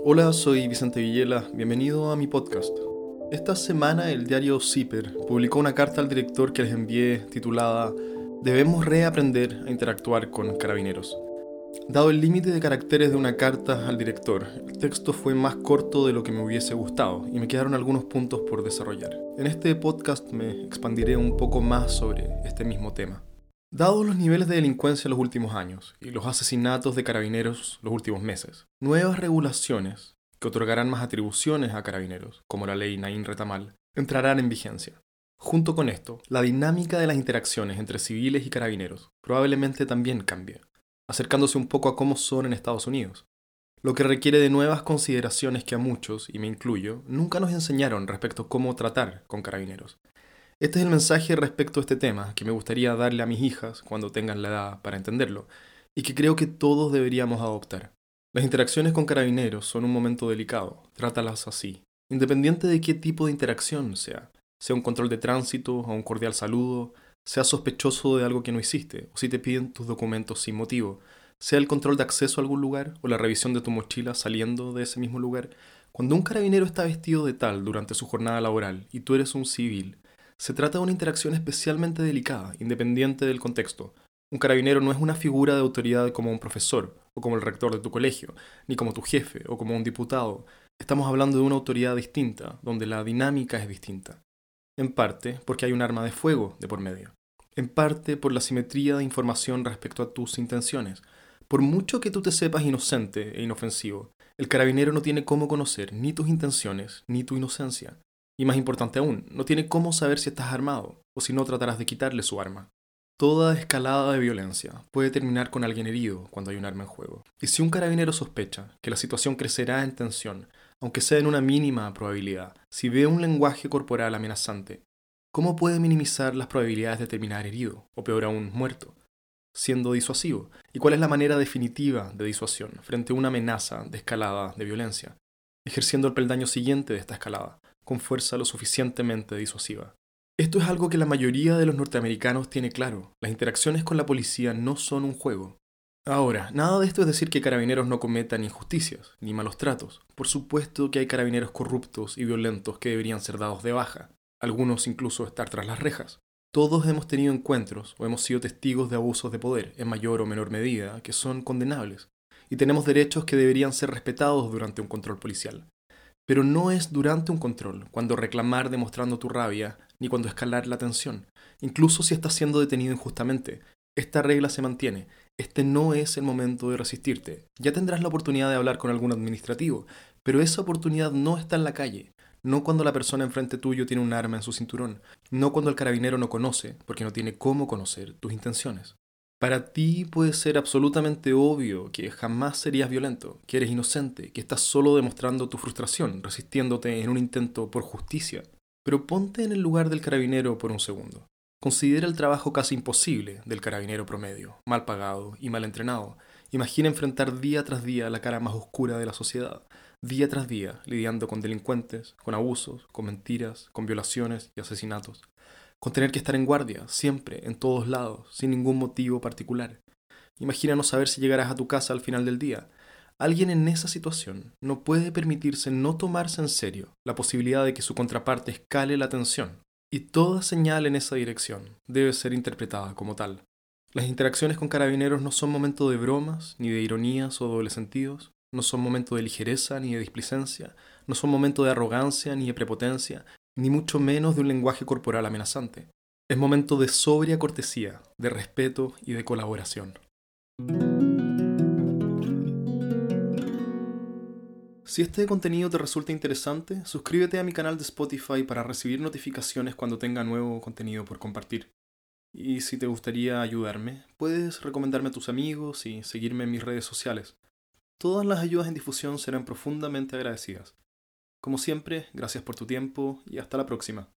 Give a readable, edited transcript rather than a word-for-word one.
Hola, soy Vicente Villela, bienvenido a mi podcast. Esta semana el diario Zipper publicó una carta al director que les envié titulada "Debemos reaprender a interactuar con carabineros". Dado el límite de caracteres de una carta al director, el texto fue más corto de lo que me hubiese gustado y me quedaron algunos puntos por desarrollar. En este podcast me expandiré un poco más sobre este mismo tema. Dados los niveles de delincuencia en los últimos años y los asesinatos de carabineros los últimos meses, nuevas regulaciones que otorgarán más atribuciones a carabineros, como la ley Naín Retamal, entrarán en vigencia. Junto con esto, la dinámica de las interacciones entre civiles y carabineros probablemente también cambie, acercándose un poco a cómo son en Estados Unidos, lo que requiere de nuevas consideraciones que a muchos, y me incluyo, nunca nos enseñaron respecto a cómo tratar con carabineros. Este es el mensaje respecto a este tema que me gustaría darle a mis hijas cuando tengan la edad para entenderlo, y que creo que todos deberíamos adoptar. Las interacciones con carabineros son un momento delicado, trátalas así, independiente de qué tipo de interacción sea un control de tránsito o un cordial saludo, sea sospechoso de algo que no hiciste, o si te piden tus documentos sin motivo, sea el control de acceso a algún lugar o la revisión de tu mochila saliendo de ese mismo lugar. Cuando un carabinero está vestido de tal durante su jornada laboral y tú eres un civil, se trata de una interacción especialmente delicada, independiente del contexto. Un carabinero no es una figura de autoridad como un profesor, o como el rector de tu colegio, ni como tu jefe, o como un diputado. Estamos hablando de una autoridad distinta, donde la dinámica es distinta. En parte porque hay un arma de fuego de por medio. En parte por la simetría de información respecto a tus intenciones. Por mucho que tú te sepas inocente e inofensivo, el carabinero no tiene cómo conocer ni tus intenciones ni tu inocencia. Y más importante aún, no tiene cómo saber si estás armado o si no tratarás de quitarle su arma. Toda escalada de violencia puede terminar con alguien herido cuando hay un arma en juego. Y si un carabinero sospecha que la situación crecerá en tensión, aunque sea en una mínima probabilidad, si ve un lenguaje corporal amenazante, ¿cómo puede minimizar las probabilidades de terminar herido, o peor aún, muerto? Siendo disuasivo. ¿Y cuál es la manera definitiva de disuasión frente a una amenaza de escalada de violencia? Ejerciendo el peldaño siguiente de esta escalada, con fuerza lo suficientemente disuasiva. Esto es algo que la mayoría de los norteamericanos tiene claro. Las interacciones con la policía no son un juego. Ahora, nada de esto es decir que carabineros no cometan injusticias, ni malos tratos. Por supuesto que hay carabineros corruptos y violentos que deberían ser dados de baja, algunos incluso estar tras las rejas. Todos hemos tenido encuentros o hemos sido testigos de abusos de poder, en mayor o menor medida, que son condenables, y tenemos derechos que deberían ser respetados durante un control policial. Pero no es durante un control, cuando reclamar demostrando tu rabia, ni cuando escalar la tensión, incluso si estás siendo detenido injustamente. Esta regla se mantiene. Este no es el momento de resistirte. Ya tendrás la oportunidad de hablar con algún administrativo, pero esa oportunidad no está en la calle. No cuando la persona enfrente tuyo tiene un arma en su cinturón. No cuando el carabinero no conoce, porque no tiene cómo conocer tus intenciones. Para ti puede ser absolutamente obvio que jamás serías violento, que eres inocente, que estás solo demostrando tu frustración, resistiéndote en un intento por justicia. Pero ponte en el lugar del carabinero por un segundo. Considera el trabajo casi imposible del carabinero promedio, mal pagado y mal entrenado. Imagina enfrentar día tras día la cara más oscura de la sociedad, día tras día lidiando con delincuentes, con abusos, con mentiras, con violaciones y asesinatos, con tener que estar en guardia, siempre, en todos lados, sin ningún motivo particular. Imagina no saber si llegarás a tu casa al final del día. Alguien en esa situación no puede permitirse no tomarse en serio la posibilidad de que su contraparte escale la tensión, y toda señal en esa dirección debe ser interpretada como tal. Las interacciones con carabineros no son momento de bromas, ni de ironías o dobles sentidos, no son momento de ligereza ni de displicencia, no son momento de arrogancia ni de prepotencia, ni mucho menos de un lenguaje corporal amenazante. Es momento de sobria cortesía, de respeto y de colaboración. Si este contenido te resulta interesante, suscríbete a mi canal de Spotify para recibir notificaciones cuando tenga nuevo contenido por compartir. Y si te gustaría ayudarme, puedes recomendarme a tus amigos y seguirme en mis redes sociales. Todas las ayudas en difusión serán profundamente agradecidas. Como siempre, gracias por tu tiempo y hasta la próxima.